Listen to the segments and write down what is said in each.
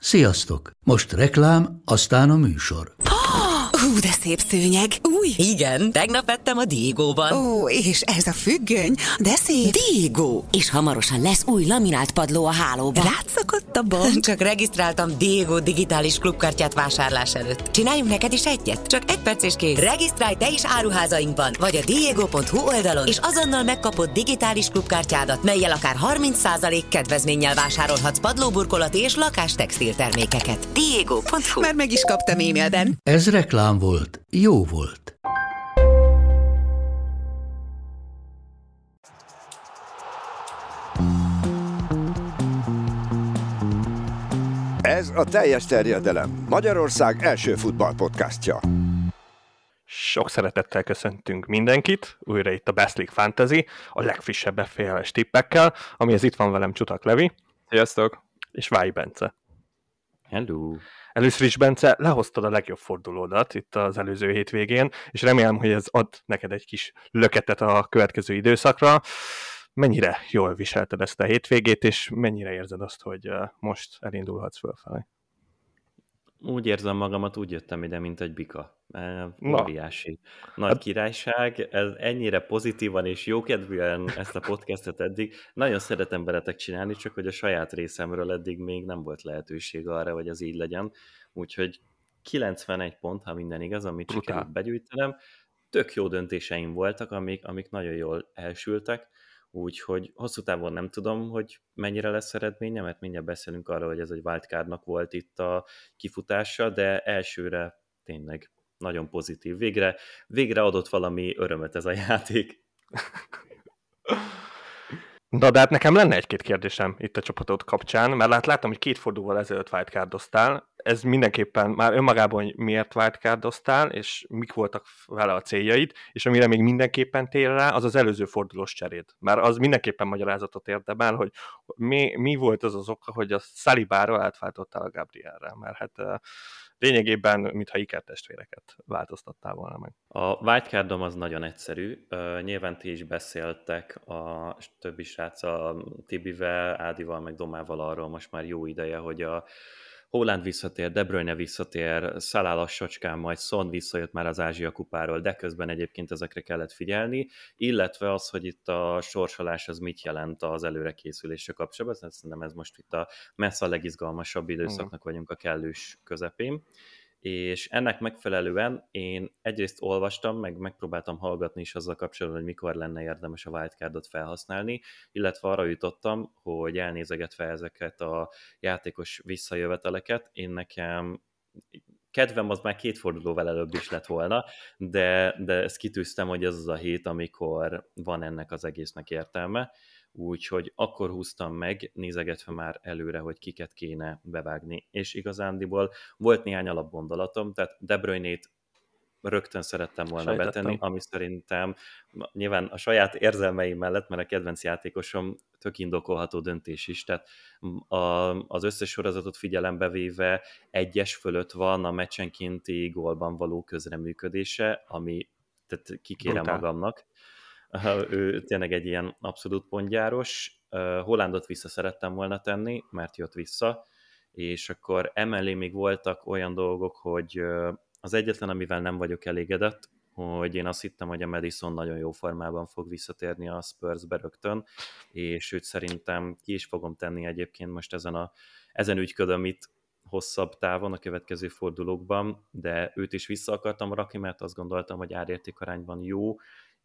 Sziasztok! Most reklám, aztán a műsor. Hú, de szép szőnyeg. Új? Igen, tegnap vettem a Diegóban. Ó, és ez a függöny, de szép. Diegó! És hamarosan lesz új laminált padló a hálóban. Rátszakadt a bank. Csak regisztráltam Diegó digitális klubkártyát vásárlás előtt. Csináljunk neked is egyet? Csak egy perc és kész. Regisztrálj te is áruházainkban, vagy a diego.hu oldalon, és azonnal megkapod digitális klubkártyádat, mellyel akár 30% kedvezménnyel vásárolhatsz padlóburkolati és lakástextil termékeket. Diego.hu. Már meg is kaptam e-mailben. Ez reklám volt, jó volt. Ez a Teljes Terjedelem, Magyarország első futballpodcastja. Sok szeretettel köszöntünk mindenkit, újra itt a Best League Fantasy, a legfrissebb FPL-es tippekkel, amihez itt van velem Csutak Levi. Sziasztok! És Vályi Bence. Hello! Először is, Bence, lehoztad a legjobb fordulódat itt az előző hétvégén, és remélem, hogy ez ad neked egy kis löketet a következő időszakra. Mennyire jól viselted ezt a hétvégét, és mennyire érzed azt, hogy most elindulhatsz fölfelé? Úgy érzem magamat, úgy jöttem ide, mint egy bika. Óriási. Nagy királyság, ez ennyire pozitívan és jókedvűen ezt a podcastet eddig. Nagyon szeretem veletek csinálni, csak hogy a saját részemről eddig még nem volt lehetőség arra, hogy ez így legyen. Úgyhogy 91 pont, ha minden igaz, amit sikerült begyűjtenem. Tök jó döntéseim voltak, amik nagyon jól elsültek. Úgyhogy hosszú távon nem tudom, hogy mennyire lesz eredménye, mert mindjárt beszélünk arról, hogy ez egy wildcardnak volt itt a kifutása, de elsőre tényleg nagyon pozitív. Végre adott valami örömet ez a játék. Na, de hát nekem lenne egy-két kérdésem itt a csapatod kapcsán, mert láttam, hogy 2 fordulóval ezelőtt wildcardoztál. Ez mindenképpen már önmagában, hogy miért wildcardoztál, és mik voltak vele a céljaid, és amire még mindenképpen tér rá, az az előző fordulós cseréd. Már az mindenképpen magyarázatot érdemel, hogy mi volt az oka, hogy a Salibáról átváltottál a Gabrielre, mert hát lényegében, mintha ikertestvéreket változtattál volna meg. A wildcardom az nagyon egyszerű. Nyilván ti is beszéltek a többi srác, a Tibivel, Ádival, meg Domával arról most már jó ideje, hogy a Haaland visszatér, De Bruyne visszatér, Salah lassacskán, majd Son visszajött már az Ázsia kupáról, de közben egyébként ezekre kellett figyelni, illetve az, hogy itt a sorsolás az mit jelent az előrekészülésre kapcsolatban, szerintem ez most itt a messze a legizgalmasabb időszaknak vagyunk a kellős közepén, és ennek megfelelően én egyrészt olvastam, meg megpróbáltam hallgatni is azzal kapcsolatban, hogy mikor lenne érdemes a wildcardot felhasználni, illetve arra jutottam, hogy elnézegetve ezeket a játékos visszajöveteleket, én nekem kedvem az már 2 fordulóval előbb is lett volna, de ezt kitűztem, hogy ez az a hét, amikor van ennek az egésznek értelme, úgyhogy akkor húztam meg, nézegetve már előre, hogy kiket kéne bevágni. És igazándiból volt néhány alapgondolatom, tehát De Bruyne-t rögtön szerettem volna betenni, ami szerintem nyilván a saját érzelmeim mellett, mert a kedvenc játékosom tök indokolható döntés is, tehát az összes sorozatot figyelembe véve 1-es fölött van a meccsenkénti gólban való közreműködése, ami tehát kikérem magamnak. Ő tényleg egy ilyen abszolút pontgyáros. Haalandot vissza szerettem volna tenni, mert jött vissza, és akkor emellé még voltak olyan dolgok, hogy az egyetlen, amivel nem vagyok elégedett, hogy én azt hittem, hogy a Madison nagyon jó formában fog visszatérni a Spursbe rögtön, és őt szerintem ki is fogom tenni egyébként most ezen ügyködöm itt hosszabb távon a következő fordulókban, de őt is vissza akartam rakni, mert azt gondoltam, hogy árértékarányban jó,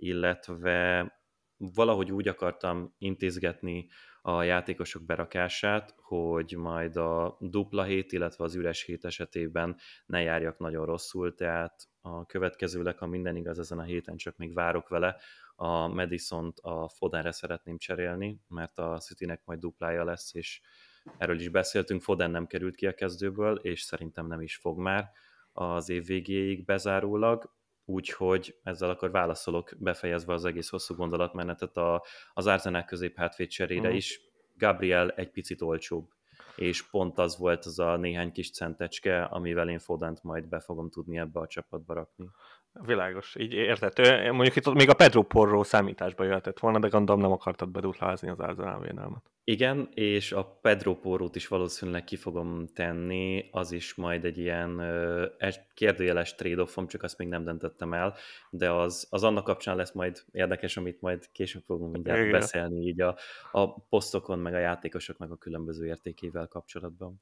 illetve valahogy úgy akartam intézgetni a játékosok berakását, hogy majd a dupla hét, illetve az üres hét esetében ne járjak nagyon rosszul, tehát a következőleg, ha minden igaz, ezen a héten csak még várok vele, a Madisont a Fodenre szeretném cserélni, mert a Citynek majd duplája lesz, és erről is beszéltünk, Foden nem került ki a kezdőből, és szerintem nem is fog már az év végéig bezárólag, úgyhogy ezzel akkor válaszolok, befejezve az egész hosszú gondolatmenetet az Arsenal középhátvéd cserére is. Gabriel egy picit olcsóbb. és pont az volt az a néhány kis centecske, amivel én Fodent majd be fogom tudni ebbe a csapatba rakni. Világos, így érthető. Mondjuk itt még a Pedro Porro számításba jöhetett volna, de gondolom nem akartad beduplázni az Arsenal védelmet. Igen, és a Pedro Porrót is valószínűleg ki fogom tenni, az is majd egy ilyen kérdőjeles trade-offom, csak azt még nem döntöttem el, de az annak kapcsán lesz majd érdekes, amit majd később fogunk mindjárt beszélni így a posztokon, meg a játékosoknak a különböző értékével kapcsolatban.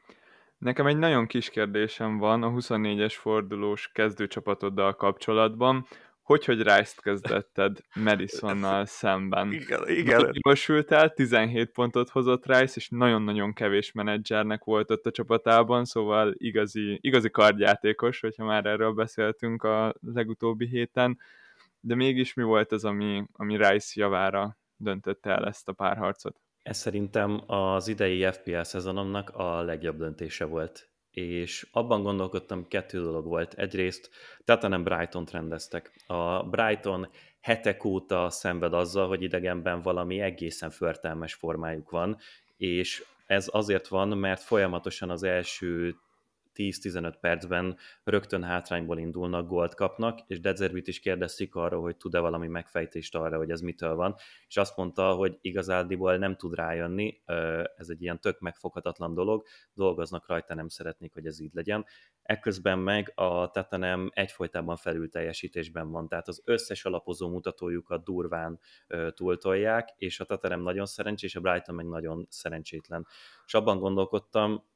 Nekem egy nagyon kis kérdésem van a 24-es fordulós kezdőcsapatoddal kapcsolatban. Hogy Rice-t kezdetted Madisonnal szemben? Igen. Jósültál, 17 pontot hozott Rice, és nagyon-nagyon kevés menedzsernek volt ott a csapatában, szóval igazi kardjátékos, hogyha már erről beszéltünk a legutóbbi héten, de mégis mi volt az, ami Rice javára döntötte el ezt a párharcot? Ez szerintem az idei FPL szezonomnak a legjobb döntése volt. És abban gondolkodtam, 2 dolog volt. Egyrészt Tottenham Brightont rendeztek. A Brighton hetek óta szenved azzal, hogy idegenben valami egészen förtelmes formájuk van, és ez azért van, mert folyamatosan az első 10-15 percben rögtön hátrányból indulnak, gólt kapnak, és De Zerбit is kérdezték arra, hogy tud-e valami megfejtést arra, hogy ez mitől van, és azt mondta, hogy igazából nem tud rájönni, ez egy ilyen tök megfoghatatlan dolog, dolgoznak rajta, nem szeretnék, hogy ez így legyen. Ekközben meg a Tottenham egyfolytában felülteljesítésben van, tehát az összes alapozó mutatójukat durván túltolják, és a Tottenham nagyon szerencsés, a Brighton meg nagyon szerencsétlen. És abban gondolkodtam,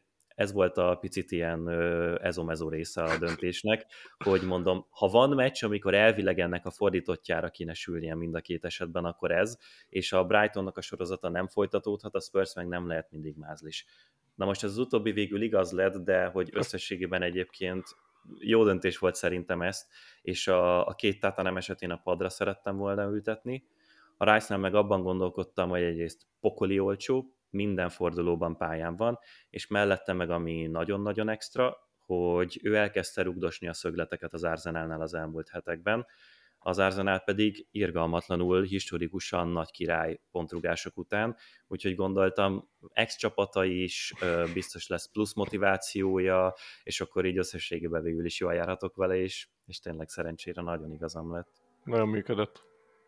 ez volt a picit ilyen ezomezó része a döntésnek, hogy mondom, ha van meccs, amikor elvileg ennek a fordítottjára kéne sülnie mind a két esetben, akkor ez, és a Brightonnak a sorozata nem folytatódhat, a Spurs meg nem lehet mindig mázlis. Na most ez az utóbbi végül igaz lett, de hogy összességében egyébként jó döntés volt szerintem ezt, és a két Tottenham esetén a padra szerettem volna ültetni. A Rice-nál meg abban gondolkodtam, hogy egyrészt pokoli olcsó, minden fordulóban pályán van, és mellette meg ami nagyon-nagyon extra, hogy ő elkezdte rugdosni a szögleteket az Arsenalnál az elmúlt hetekben, az Arsenal pedig irgalmatlanul, historikusan nagy király pontrugások után, úgyhogy gondoltam, ex-csapata is biztos lesz plusz motivációja, és akkor így összességében végül is jól járhatok vele, és tényleg szerencsére nagyon igazam lett. Nagyon működött.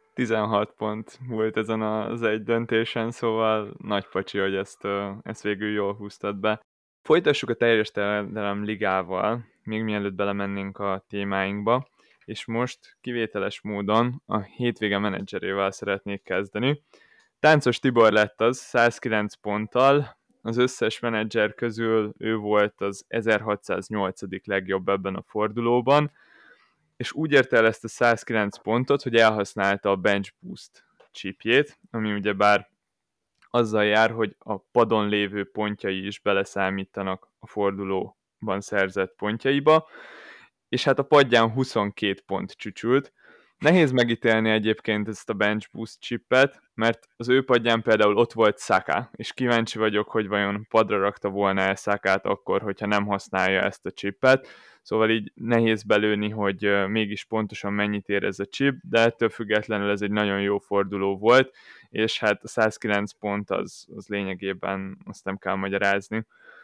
16 pont volt ezen az egy döntésen, szóval nagy pacsi, hogy ezt végül jól húztad be. Folytassuk a teljes terjedelem ligával, még mielőtt belemennénk a témáinkba, és most kivételes módon a hétvége menedzserével szeretnék kezdeni. Táncos Tibor lett az 109 ponttal, az összes menedzser közül ő volt az 1608. legjobb ebben a fordulóban, és úgy érte el ezt a 109 pontot, hogy elhasználta a Bench Boost chipjét, ami ugyebár azzal jár, hogy a padon lévő pontjai is beleszámítanak a fordulóban szerzett pontjaiba, és hát a padján 22 pont csücsült. Nehéz megítélni egyébként ezt a Bench Boost chipet, mert az ő padján például ott volt Saka, és kíváncsi vagyok, hogy vajon padra rakta volna el Sakát akkor, hogyha nem használja ezt a chipet. Szóval így nehéz belőni, hogy mégis pontosan mennyit ér ez a chip, de ettől függetlenül ez egy nagyon jó forduló volt, és hát a 109 pont az lényegében azt nem kell magyarázni.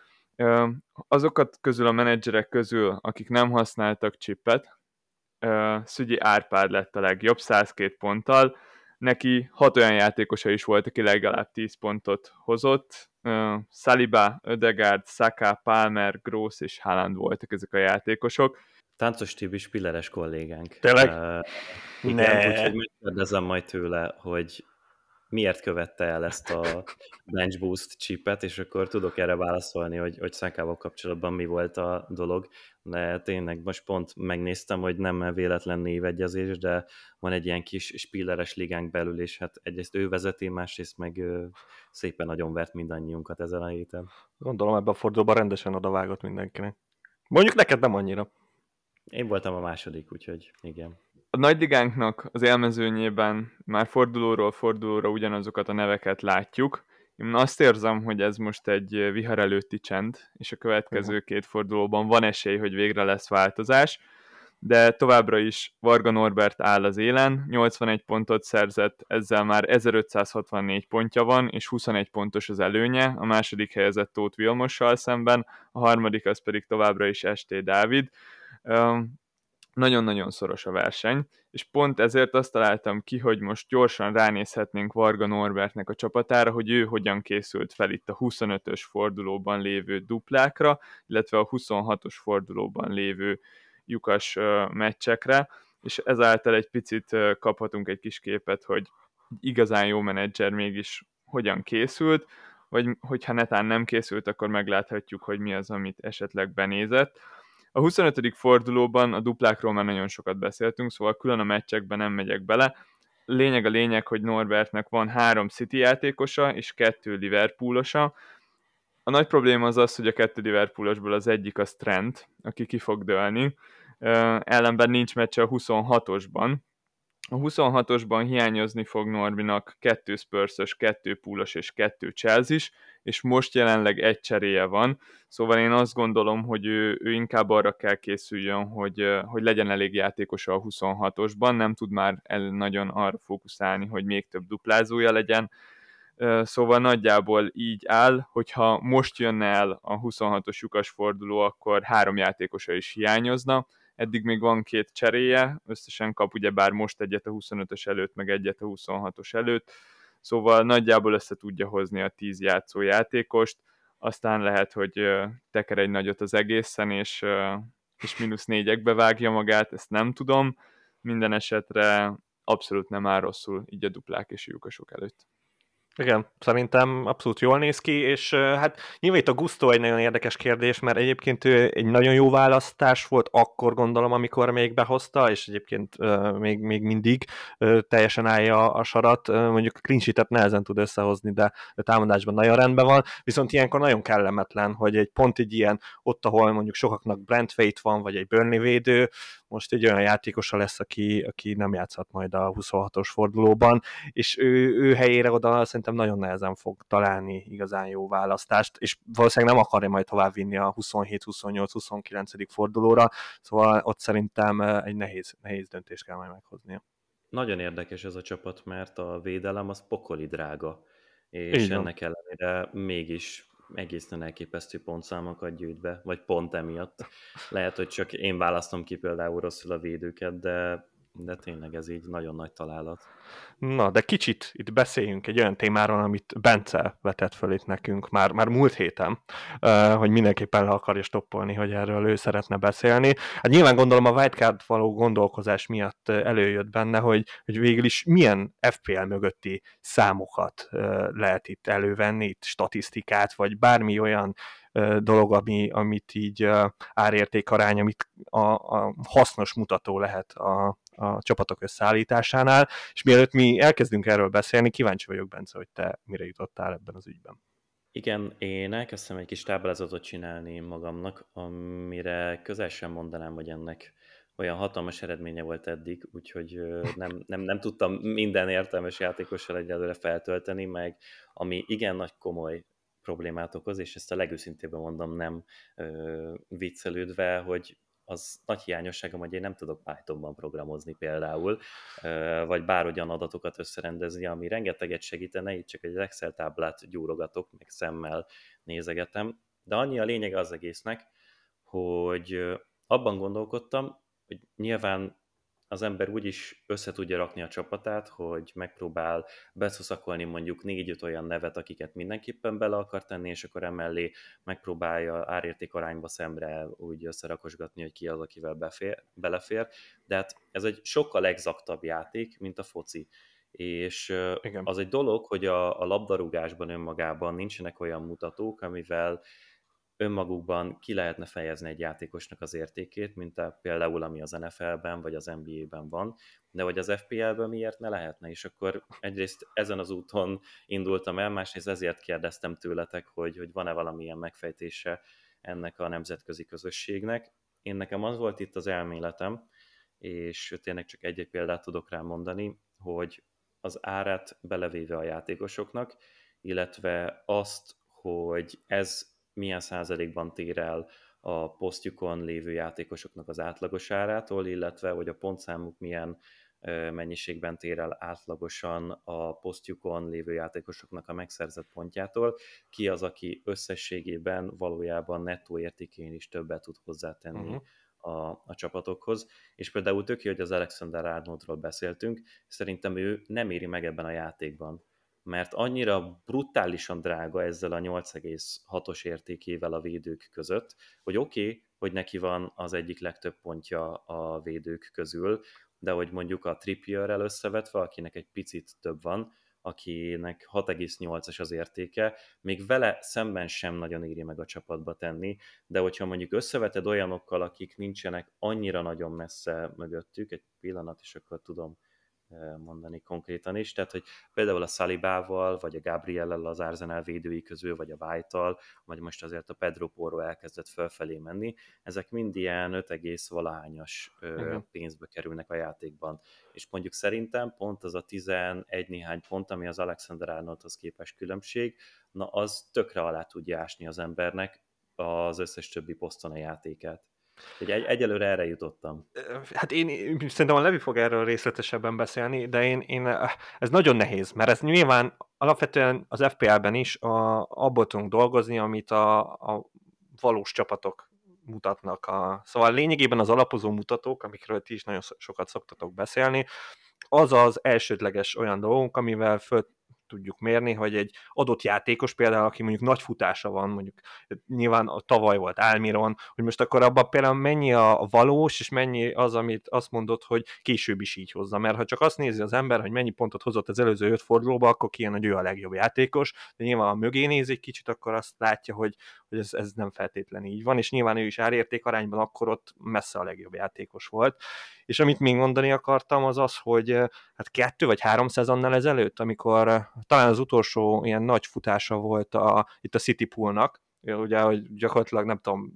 Azokat közül a menedzserek közül, akik nem használtak chipet, Szügyi Árpád lett a legjobb, 102 ponttal. Neki 6 olyan játékosa is volt, aki legalább 10 pontot hozott. Saliba, Ödegaard, Saka, Palmer, Gross és Haaland voltak ezek a játékosok. Táncos Tibi Spilleres kollégánk. Tényleg? Igen, úgyhogy megkérdezem majd tőle, hogy miért követte el ezt a Bench Boost chipet, és akkor tudok erre válaszolni, hogy Sakával kapcsolatban mi volt a dolog, de tényleg most pont megnéztem, hogy nem véletlen névegyezés, de van egy ilyen kis spilleres ligánk belül, és hát egyrészt ő vezeti, másrészt meg szépen nagyon vert mindannyiunkat ezen a héten. Gondolom ebben a fordulóban rendesen odavágott mindenkinek. Mondjuk neked nem annyira. Én voltam a második, úgyhogy igen. A nagyligánknak az élmezőnyében már fordulóról fordulóra ugyanazokat a neveket látjuk. Én azt érzem, hogy ez most egy vihar előtti csend, és a következő két fordulóban van esély, hogy végre lesz változás. de továbbra is Varga Norbert áll az élen, 81 pontot szerzett, ezzel már 1564 pontja van, és 21 pontos az előnye, a második helyezett Tóth Vilmossal szemben, a harmadik az pedig továbbra is St. Dávid. Nagyon-nagyon szoros a verseny, és pont ezért azt találtam ki, hogy most gyorsan ránézhetnénk Varga Norbertnek a csapatára, hogy ő hogyan készült fel itt a 25-ös fordulóban lévő duplákra, illetve a 26-os fordulóban lévő lyukas meccsekre, és ezáltal egy picit kaphatunk egy kis képet, hogy igazán jó menedzser mégis hogyan készült, vagy hogyha netán nem készült, akkor megláthatjuk, hogy mi az, amit esetleg benézett. A 25. fordulóban a duplákról már nagyon sokat beszéltünk, szóval külön a meccsekben nem megyek bele. A lényeg, hogy Norbertnek van 3 City játékosa és 2 Liverpoolosa. A nagy probléma az, hogy a 2 Liverpoolosból az egyik az Trent, aki ki fog dőlni. Ellenben nincs meccse a 26-osban. A 26-osban hiányozni fog Norbinak 2 Spurs-ös, 2 Poolos és 2 Chelsea-s, és most jelenleg egy cseréje van, szóval én azt gondolom, hogy ő inkább arra kell készüljön, hogy legyen elég játékosa a 26-osban, nem tud már nagyon arra fókuszálni, hogy még több duplázója legyen, szóval nagyjából így áll, hogyha most jönne el a 26-os lyukas forduló, akkor 3 játékosa is hiányozna, eddig még van 2 cseréje, összesen kap ugyebár most egyet a 25-ös előtt, meg egyet a 26-os előtt, szóval nagyjából össze tudja hozni a 10 játszó játékost, aztán lehet, hogy teker egy nagyot az egészen, és -4-ekbe vágja magát, ezt nem tudom, minden esetre abszolút nem áll rosszul így a duplák és lyukasok előtt. Igen, szerintem abszolút jól néz ki, és hát nyilván itt a Gusto egy nagyon érdekes kérdés, mert egyébként ő egy nagyon jó választás volt akkor gondolom, amikor még behozta, és egyébként még mindig teljesen állja a sarat, mondjuk a clean sheet-et nehezen tud összehozni, de a támadásban nagyon rendben van, viszont ilyenkor nagyon kellemetlen, hogy egy pont egy ilyen, ott ahol mondjuk sokaknak Brentwaite van, vagy egy Burnley védő, most egy olyan játékosa lesz, aki nem játszhat majd a 26-os fordulóban, és ő helyére oda szerintem nagyon nehezen fog találni igazán jó választást, és valószínűleg nem akarja majd továbbvinni a 27, 28, 29. fordulóra, szóval ott szerintem egy nehéz döntést kell majd meghoznia. Nagyon érdekes ez a csapat, mert a védelem az pokoli drága, és ennek ellenére mégis egészen elképesztő pontszámokat gyűjt be, vagy pont emiatt. Lehet, hogy csak én választom ki például rosszul a védőket, de tényleg ez így nagyon nagy találat. Na, de kicsit itt beszéljünk egy olyan témáról, amit Bence vetett föl itt nekünk már múlt héten, hogy mindenképpen le akarja stoppolni, hogy erről ő szeretne beszélni. Hát nyilván gondolom a wildcard való gondolkozás miatt előjött benne, hogy végül is milyen FPL mögötti számokat lehet itt elővenni, itt statisztikát, vagy bármi olyan dolog, amit így árértékarány, amit a hasznos mutató lehet a csapatok összeállításánál, és mielőtt mi elkezdünk erről beszélni, kíváncsi vagyok, Bence, hogy te mire jutottál ebben az ügyben. Igen, én elkezdtem egy kis táblázatot csinálni magamnak, amire közel sem mondanám, hogy ennek olyan hatalmas eredménye volt eddig, úgyhogy nem tudtam minden értelmes játékossal egyelőre feltölteni, meg ami igen nagy komoly problémát okoz, és ezt a legőszintébben mondom, nem viccelődve, hogy az nagy hiányosságom, hogy én nem tudok Pythonban programozni például, vagy bárhogyan adatokat összerendezni, ami rengeteget segítene, itt csak egy Excel táblát gyúrogatok, meg szemmel nézegetem, de annyi a lényege az egésznek, hogy abban gondolkodtam, hogy nyilván az ember úgy is össze tudja rakni a csapatát, hogy megpróbál beszuszakolni mondjuk 4-5 olyan nevet, akiket mindenképpen bele akar tenni, és akkor emellé megpróbálja árérték arányba szemre úgy összerakosgatni, hogy ki az, akivel belefér. De hát ez egy sokkal exaktabb játék, mint a foci. És igen, az egy dolog, hogy a labdarúgásban önmagában nincsenek olyan mutatók, amivel önmagukban ki lehetne fejezni egy játékosnak az értékét, mint például ami az NFL-ben vagy az NBA-ben van, de vagy az FPL-ben miért ne lehetne, és akkor egyrészt ezen az úton indultam el, másrészt ezért kérdeztem tőletek, hogy van-e valamilyen megfejtése ennek a nemzetközi közösségnek. Én nekem az volt itt az elméletem, és tényleg csak egy-egy példát tudok rá mondani, hogy az árát belevéve a játékosoknak, illetve azt, hogy ez milyen százalékban tér el a posztjukon lévő játékosoknak az átlagos árától, illetve hogy a pontszámuk milyen mennyiségben tér el átlagosan a posztjukon lévő játékosoknak a megszerzett pontjától, ki az, aki összességében valójában nettó értékén is többet tud hozzátenni a csapatokhoz, és például tök jó, hogy az Alexander Arnoldról beszéltünk, szerintem ő nem éri meg ebben a játékban, mert annyira brutálisan drága ezzel a 8,6-os értékével a védők között, hogy oké, hogy neki van az egyik legtöbb pontja a védők közül, de hogy mondjuk a Trippierrel összevetve, akinek egy picit több van, akinek 6,8-as az értéke, még vele szemben sem nagyon éri meg a csapatba tenni, de hogyha mondjuk összeveted olyanokkal, akik nincsenek annyira nagyon messze mögöttük, egy pillanat, és akkor tudom mondani konkrétan is, tehát hogy például a Salibával, vagy a Gabriellel az Arsenal védői közül, vagy a White-tal, vagy most azért a Pedro Porro elkezdett fölfelé menni, ezek mind ilyen 5,valahányas pénzbe kerülnek a játékban. És mondjuk szerintem pont az a 11 néhány pont, ami az Alexander Arnoldhoz képest különbség, na az tökre alá tudja ásni az embernek az összes többi poszton a játékát. Egyelőre erre jutottam. Hát én szerintem a Levi fog erről részletesebben beszélni, de ez nagyon nehéz, mert ez nyilván alapvetően az FPL-ben is abból tudunk dolgozni, amit a valós csapatok mutatnak. Szóval lényegében az alapozó mutatók, amikről ti is nagyon sokat szoktatok beszélni, az az elsődleges olyan dolgunk, amivel föl tudjuk mérni, hogy egy adott játékos például, aki mondjuk nagy futása van, mondjuk nyilván tavaly volt Almiron, hogy most akkor abban például mennyi a valós, és mennyi az, amit azt mondod, hogy később is így hozza. Mert ha csak azt nézi az ember, hogy mennyi pontot hozott az előző 5 fordulóba, akkor kijön, hogy ő a legjobb játékos, de nyilván ha mögé néz egy kicsit, akkor azt látja, hogy ez nem feltétlenül így van, és nyilván ő is árérték arányban akkor ott messze a legjobb játékos volt. És amit még mondani akartam, az az, hogy hát 2 vagy 3 szezonnal ezelőtt, amikor talán az utolsó ilyen nagy futása volt itt a City Poolnak, ugye, hogy gyakorlatilag nem tudom,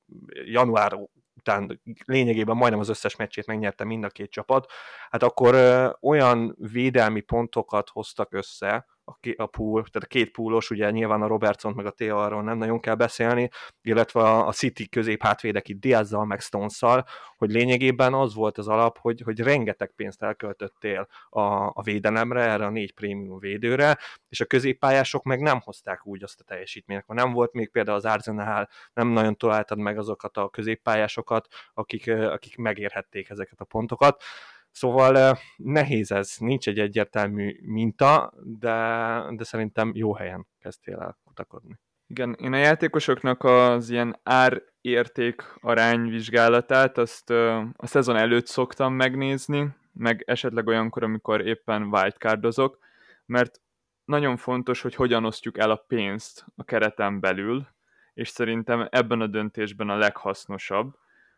január után lényegében majdnem az összes meccsét megnyerte mind a két csapat, hát akkor olyan védelmi pontokat hoztak össze a pool, tehát a két poolos, ugye nyilván a Robertson meg a Theo arról nem nagyon kell beszélni, illetve a City középhátvédek itt Diazzal meg Stones-szal, hogy lényegében az volt az alap, hogy rengeteg pénzt elköltöttél a védelemre, erre a 4 prémium védőre, és a középpályások meg nem hozták úgy azt a teljesítményt. Nem volt még például az Arsenal, nem nagyon találtad meg azokat a középpályásokat, akik megérhették ezeket a pontokat. Szóval nehéz ez, nincs egy egyértelmű minta, de szerintem jó helyen kezdtél el kutakodni. Igen, én a játékosoknak az ilyen ár-érték arányvizsgálatát azt a szezon előtt szoktam megnézni, meg esetleg olyankor, amikor éppen wildcardozok, mert nagyon fontos, hogy hogyan osztjuk el a pénzt a kereten belül, és szerintem ebben a döntésben a leghasznosabb.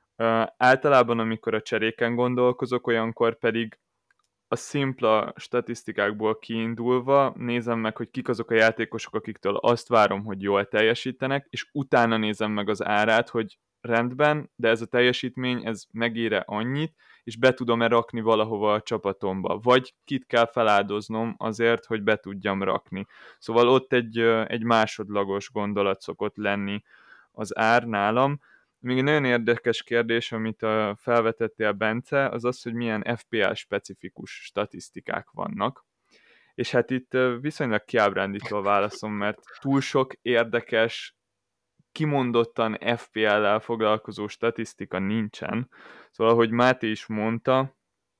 Általában, amikor a cseréken gondolkozok, olyankor pedig a szimpla statisztikákból kiindulva nézem meg, hogy kik azok a játékosok, akiktől azt várom, hogy jól teljesítenek, és utána nézem meg az árát, hogy rendben, de ez a teljesítmény, ez megér-e annyit, és be tudom-e rakni valahova a csapatomba, vagy kit kell feláldoznom azért, hogy be tudjam rakni. Szóval ott egy másodlagos gondolat szokott lenni az ár nálam. Még egy nagyon érdekes kérdés, amit felvetettél, Bence, az az, hogy milyen FPL-specifikus statisztikák vannak. És hát itt viszonylag kiábrándító a válaszom, mert túl sok érdekes, kimondottan FPL-lel foglalkozó statisztika nincsen. Szóval, ahogy Máté is mondta,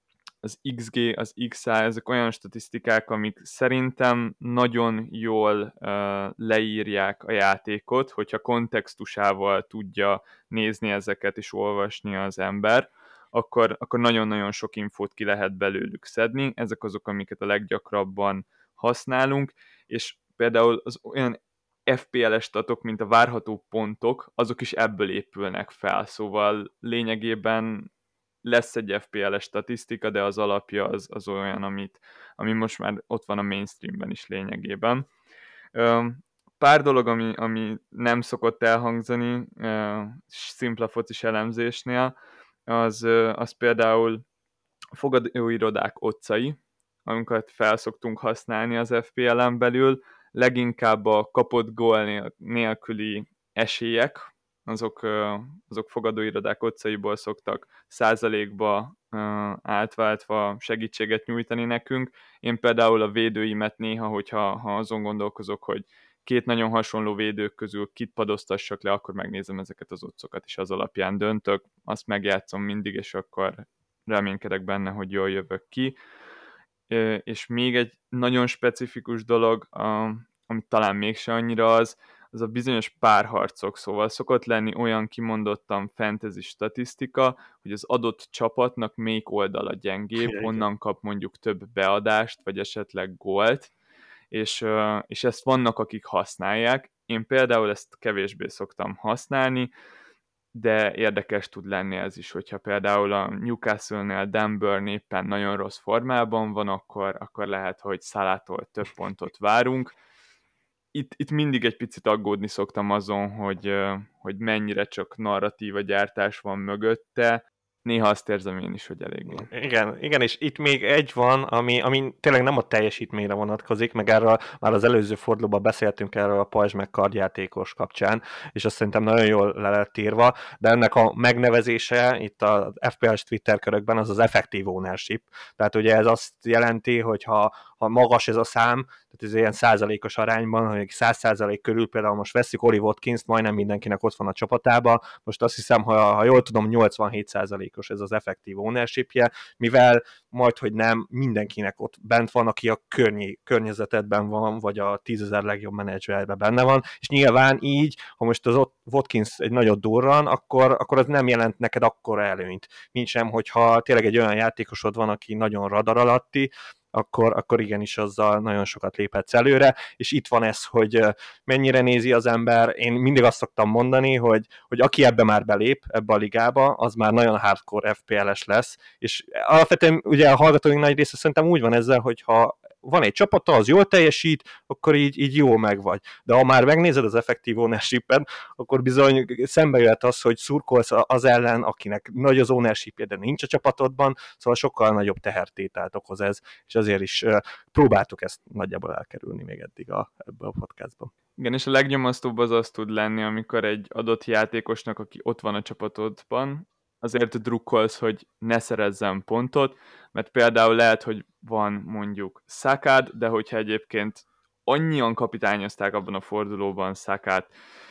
az XG, az XA, ezek olyan statisztikák, amik szerintem nagyon jól leírják a játékot, hogyha kontextusával tudja nézni ezeket és olvasni az ember, akkor nagyon-nagyon sok infót ki lehet belőlük szedni. Ezek azok, amiket a leggyakrabban használunk, és például az olyan FPL-es statok, mint a várható pontok, azok is ebből épülnek fel, szóval lényegében lesz egy FPL-es statisztika, de az alapja az olyan, ami most már ott van a mainstreamben is lényegében. Pár dolog, ami nem szokott elhangzani szimpla focis elemzésnél, az például fogadóirodák otcai, amiket felszoktunk használni az FPL-en belül, leginkább a kapott gól nélküli esélyek, azok fogadóirodák utcaiból szoktak százalékba átváltva segítséget nyújtani nekünk. Én például a védőimet néha, ha azon gondolkozok, hogy két nagyon hasonló védők közül kit padoztassak le, akkor megnézem ezeket az otcokat, és az alapján döntök. Azt megjátszom mindig, és akkor reménykedek benne, hogy jól jövök ki. És még egy nagyon specifikus dolog, amit talán mégse annyira az a bizonyos párharcok, szóval szokott lenni olyan kimondottan fantasy statisztika, hogy az adott csapatnak melyik oldala gyengébb, onnan kap mondjuk több beadást, vagy esetleg gólt, és ezt vannak, akik használják. Én például ezt kevésbé szoktam használni, de érdekes tud lenni ez is, hogyha például a Newcastle-nél Denver éppen nagyon rossz formában van, akkor lehet, hogy Salától több pontot várunk. Itt mindig egy picit aggódni szoktam azon, hogy mennyire csak narratíva gyártás van mögötte. Néha azt érzem én is, hogy eléggé. Igen, és itt még egy van, ami tényleg nem a teljesítményre vonatkozik, meg erről már az előző fordulóban beszéltünk erről a pajzs meg kardjátékos kapcsán, és azt szerintem nagyon jól le lett írva, de ennek a megnevezése itt az FPL-s Twitter körökben az effective ownership. Tehát ugye ez azt jelenti, hogy ha magas ez a szám, tehát ez ilyen százalékos arányban, hogy 100% körül például most veszik Oli Watkins-t, majdnem mindenkinek ott van a csapatában, most azt hiszem, ha jól tudom, 87%-os ez az effective ownership-je, mivel majdhogy nem mindenkinek ott bent van, aki a környezetedben van, vagy a 10.000 legjobb menedzserben benne van, és nyilván így, ha most az Watkins egy nagyot durran, akkor az nem jelent neked akkora előnyt, mint sem, hogyha tényleg egy olyan játékosod van, aki nagyon radar alatti, akkor igenis azzal nagyon sokat léphetsz előre, és itt van ez, hogy mennyire nézi az ember. Én mindig azt szoktam mondani, hogy aki ebbe már belép, ebbe a ligába, az már nagyon hardcore FPL-es lesz, és alapvetően ugye a hallgatóink nagy része szerintem úgy van ezzel, hogy ha van egy csapata, az jól teljesít, akkor így jól megvagy. De ha már megnézed az effective ownership-et, akkor bizony szembe jöhet az, hogy szurkolsz az ellen, akinek nagy az ownership-je, de nincs a csapatodban, szóval sokkal nagyobb tehertételt okoz ez, és azért is próbáltuk ezt nagyjából elkerülni még eddig ebbe a podcastban. Igen, és a legnyomasztóbb az tud lenni, amikor egy adott játékosnak, aki ott van a csapatodban, azért drukkolsz, hogy ne szerezzen pontot, mert például lehet, hogy van mondjuk Sakád, de hogyha egyébként annyian kapitányozták abban a fordulóban Sakát,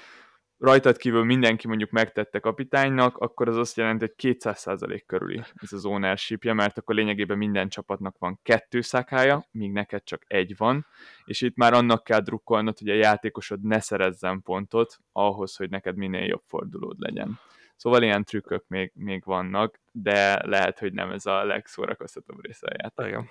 rajtad kívül mindenki mondjuk megtette kapitánynak, akkor az azt jelenti, hogy 200% körüli ez az ownership-je, mert akkor lényegében minden csapatnak van 2 Sakája, míg neked csak 1 van, és itt már annak kell drukkolnod, hogy a játékosod ne szerezzen pontot ahhoz, hogy neked minél jobb fordulód legyen. Szóval ilyen trükkök még vannak, de lehet, hogy nem ez a legszórakoztatóbb része a játék.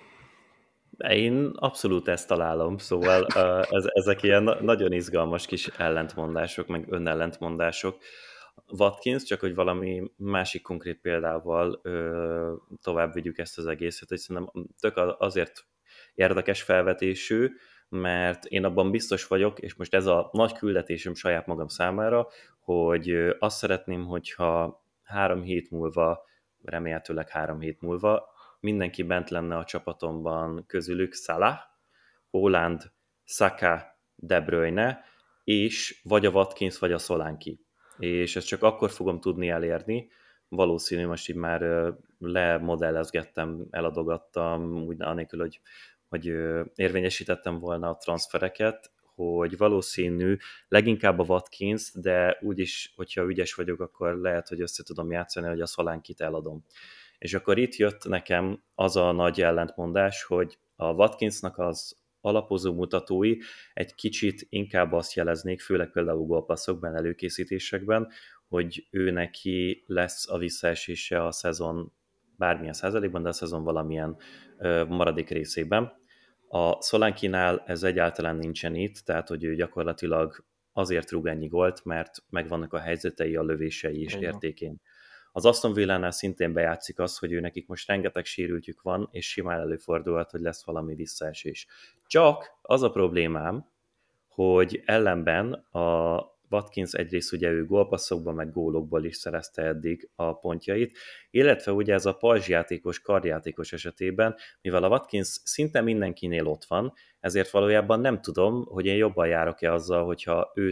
Én abszolút ezt találom, szóval ezek ilyen nagyon izgalmas kis ellentmondások, meg önellentmondások. Watkins, csak hogy valami másik konkrét példával tovább vigyük ezt az egészet, hogy szerintem tök azért érdekes felvetésű, mert én abban biztos vagyok, és most ez a nagy küldetésem saját magam számára, hogy azt szeretném, hogyha 3 hét múlva, remélhetőleg 3 hét múlva mindenki bent lenne a csapatomban közülük Salah, Haaland, Saka, De Bruyne, és vagy a Watkins, vagy a Solanke. És ezt csak akkor fogom tudni elérni, valószínű, most így már lemodellezgettem, eladogattam, úgy anélkül, hogy érvényesítettem volna a transfereket, hogy valószínű leginkább a Watkins, de úgyis, hogyha ügyes vagyok, akkor lehet, hogy össze tudom játszani, hogy a Solankit eladom. És akkor itt jött nekem az a nagy ellentmondás, hogy a Watkinsnak az alapozó mutatói egy kicsit inkább azt jeleznék, főleg például gólpasszokban, előkészítésekben, hogy ő neki lesz a visszaesése a szezon bármilyen százalékban, de a szezon valamilyen maradék részében. A Solankinál ez egyáltalán nincsen itt, tehát hogy ő gyakorlatilag azért rúg ennyi gólt, mert megvannak a helyzetei, a lövései is értékén. Az Aston Villánál szintén bejátszik az, hogy ő nekik most rengeteg sérültjük van, és simán előfordulhat, hogy lesz valami visszaesés. Csak az a problémám, hogy ellenben a Watkins egyrészt ugye ő gólpasszokban, meg gólokból is szerezte eddig a pontjait, illetve ugye ez a pajzsjátékos, kardjátékos esetében, mivel a Watkins szinte mindenkinél ott van, ezért valójában nem tudom, hogy én jobban járok-e azzal, hogyha őt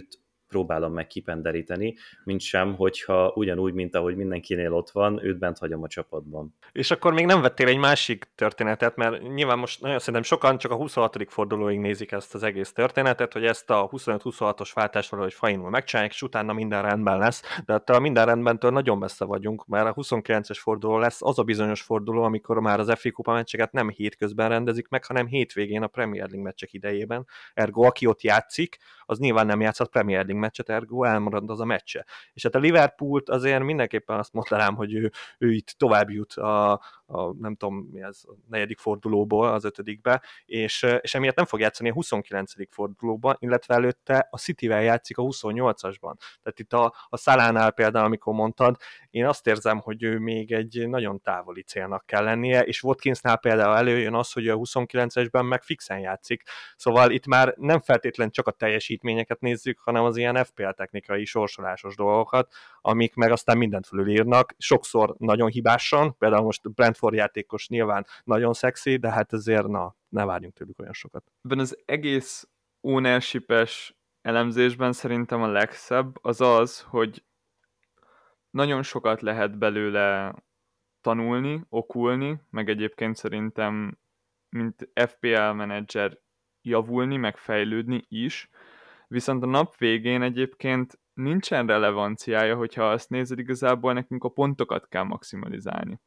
próbálom meg kipenderíteni, mint sem, hogyha ugyanúgy, mint ahogy mindenkinél ott van, őt bent hagyom a csapatban. És akkor még nem vettél egy másik történetet, mert nyilván most nagyon szerintem sokan csak a 26. fordulóig nézik ezt az egész történetet, hogy ezt a 25-26-os váltást valahogy fainul megcsinálják, és utána minden rendben lesz, de hát a minden rendbentől nagyon messze vagyunk, mert a 29-es forduló lesz az a bizonyos forduló, amikor már az FA Kupa meccseket nem hétközben rendezik meg, hanem hétvégén a Premier League meccsek idejében. Ergo, aki ott játszik, az nyilván nem játszhat Premier League meccset, ergo elmarad az a meccse. És hát a Liverpoolt azért mindenképpen azt mondanám, hogy ő itt tovább jut a nem tudom mi ez, a 4. fordulóból az 5-be, és emiatt nem fog játszani a 29. fordulóban, illetve előtte a Cityvel játszik a 28-asban. Tehát itt a Salánál például, amikor mondtad, én azt érzem, hogy ő még egy nagyon távoli célnak kell lennie, és Watkinsnál például előjön az, hogy a 29-esben meg fixen játszik, szóval itt már nem feltétlen csak a teljesítményeket nézzük, hanem az ilyen FPL technikai sorsolásos dolgokat, amik meg aztán mindent fölülírnak, sokszor nagyon hibásan, például most Brentford játékos nyilván nagyon szexi, de hát azért ne várjunk tőlük olyan sokat. Ebben az egész ownership-es elemzésben szerintem a legszebb az az, hogy nagyon sokat lehet belőle tanulni, okulni, meg egyébként szerintem, mint FPL menedzser javulni, meg fejlődni is, viszont a nap végén egyébként nincsen relevanciája, hogyha azt nézed, igazából nekünk a pontokat kell maximalizálni.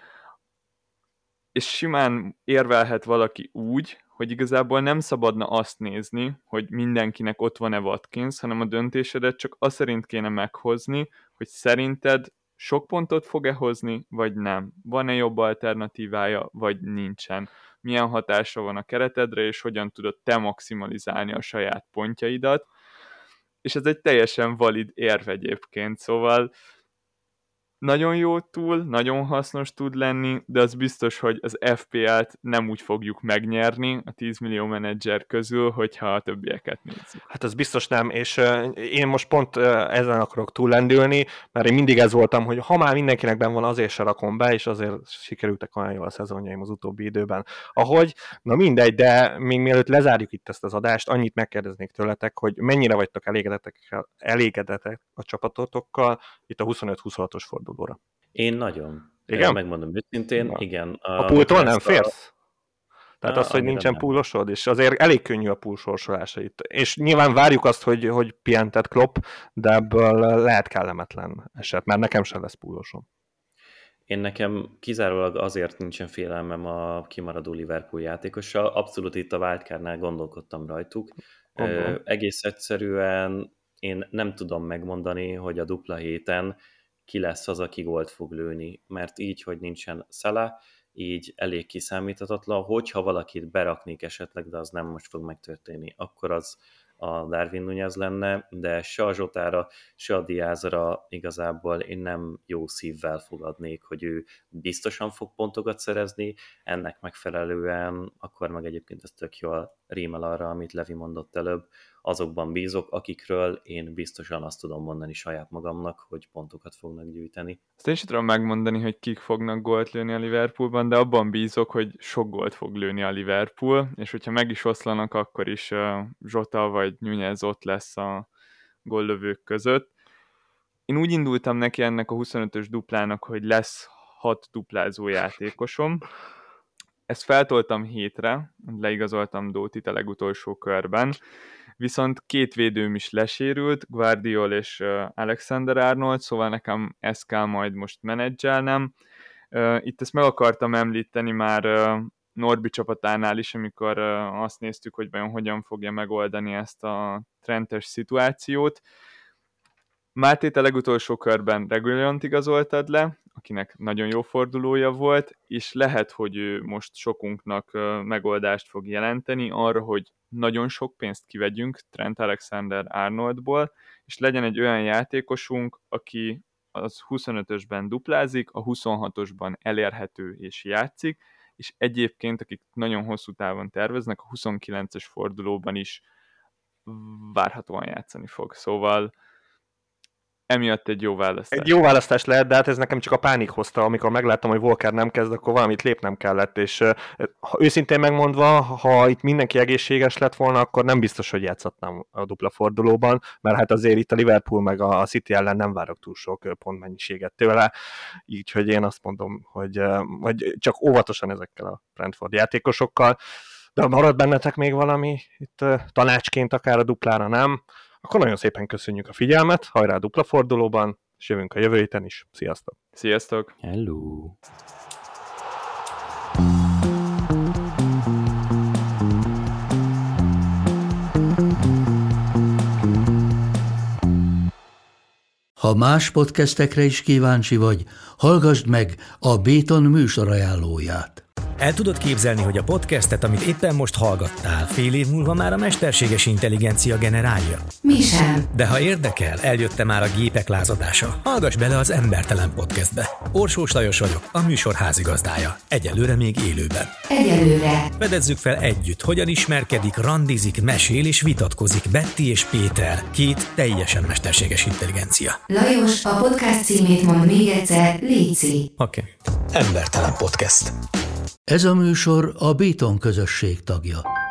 És simán érvelhet valaki úgy, hogy igazából nem szabadna azt nézni, hogy mindenkinek ott van-e Watkins, hanem a döntésedet csak az szerint kéne meghozni, hogy szerinted sok pontot fog-e hozni, vagy nem. Van-e jobb alternatívája, vagy nincsen. Milyen hatása van a keretedre, és hogyan tudod te maximalizálni a saját pontjaidat. És ez egy teljesen valid érv egyébként, szóval nagyon jó túl, nagyon hasznos tud lenni, de az biztos, hogy az FPL-t nem úgy fogjuk megnyerni a 10 millió menedzser közül, hogyha a többieket nézzük. Hát ez biztos nem, és én most pont ezen akarok túllendülni, mert én mindig ez voltam, hogy ha már mindenkinek benn van, azért se rakom be, és azért sikerültek olyan jól a szezonjaim az utóbbi időben. Ahogy, na mindegy, de még mielőtt lezárjuk itt ezt az adást, annyit megkérdeznék tőletek, hogy mennyire vagytok elégedetek a csapatotokkal itt a 25-26-os fordulóra. Én nagyon. Igen? Megmondom őszintén, igen. A pultól nem férsz? Tehát az, hogy nincsen nem. púlosod, és azért elég könnyű a púl sorsolása itt. És nyilván várjuk azt, hogy pihentet Klopp, de ebből lehet kellemetlen eset, mert nekem sem lesz púlosom. Én nekem kizárólag azért nincsen félelmem a kimaradó Liverpool játékossal. Abszolút itt a wildcardnál gondolkodtam rajtuk. Egész egyszerűen én nem tudom megmondani, hogy a dupla héten ki lesz az, aki gólt fog lőni, mert így, hogy nincsen Salah, így elég kiszámíthatatlan, hogyha valakit beraknék esetleg, de az nem most fog megtörténni, akkor az a Darwin Núñez lenne, de se a Zsotára, se a Diázra igazából én nem jó szívvel fogadnék, hogy ő biztosan fog pontokat szerezni, ennek megfelelően akkor meg egyébként ez tök jól rímel arra, amit Levi mondott előbb, azokban bízok, akikről én biztosan azt tudom mondani saját magamnak, hogy pontokat fognak gyűjteni. Azt én sem tudom megmondani, hogy kik fognak gólt lőni a Liverpoolban, de abban bízok, hogy sok gólt fog lőni a Liverpool, és hogyha meg is oszlanak, akkor is Zsota vagy Núñez ott lesz a góllövők között. Én úgy indultam neki ennek a 25-ös duplának, hogy lesz 6 duplázó játékosom. Ezt feltoltam hétre, leigazoltam Dótit a legutolsó körben, viszont 2 védőm is lesérült, Guardiol és Alexander-Arnold, szóval nekem ezt kell majd most menedzselnem. Itt ezt meg akartam említeni már Norbi csapatánál is, amikor azt néztük, hogy vajon hogyan fogja megoldani ezt a Trentes szituációt. Mátét a legutolsó körben Reguilont igazoltad le, akinek nagyon jó fordulója volt, és lehet, hogy ő most sokunknak megoldást fog jelenteni arra, hogy nagyon sok pénzt kivegyünk Trent Alexander-Arnoldból, és legyen egy olyan játékosunk, aki az 25-ösben duplázik, a 26-osban elérhető és játszik, és egyébként, akik nagyon hosszú távon terveznek, a 29-es fordulóban is várhatóan játszani fog. Szóval emiatt egy jó választás. Egy jó választás lehet, de hát ez nekem csak a pánik hozta, amikor megláttam, hogy Walker nem kezd, akkor valamit lépnem kellett, és ha őszintén megmondva, ha itt mindenki egészséges lett volna, akkor nem biztos, hogy játszhatnám a dupla fordulóban, mert hát azért itt a Liverpool meg a City ellen nem várok túl sok pontmennyiséget tőle, így hogy én azt mondom, hogy csak óvatosan ezekkel a Brentford játékosokkal, de ha marad bennetek még valami itt tanácsként, akár a duplára nem, akkor nagyon szépen köszönjük a figyelmet, hajrá a dupla fordulóban, és jövünk a jövő héten is. Sziasztok! Sziasztok! Hello! Ha más podcastekre is kíváncsi vagy, hallgassd meg a Béton műsor ajánlóját. El tudod képzelni, hogy a podcastet, amit éppen most hallgattál, fél év múlva már a mesterséges intelligencia generálja? Mi sem. De ha érdekel, eljött már a gépek lázadása. Hallgass bele az Embertelen Podcastbe. Orsós Lajos vagyok, a műsor házigazdája. Egyelőre még élőben. Egyelőre. Fedezzük fel együtt, hogyan ismerkedik, randizik, mesél és vitatkozik Betty és Péter, két teljesen mesterséges intelligencia. Lajos, a podcast címét mond még egyszer, léci. Oké. Embertelen Podcast. Ez a műsor a Béton közösség tagja.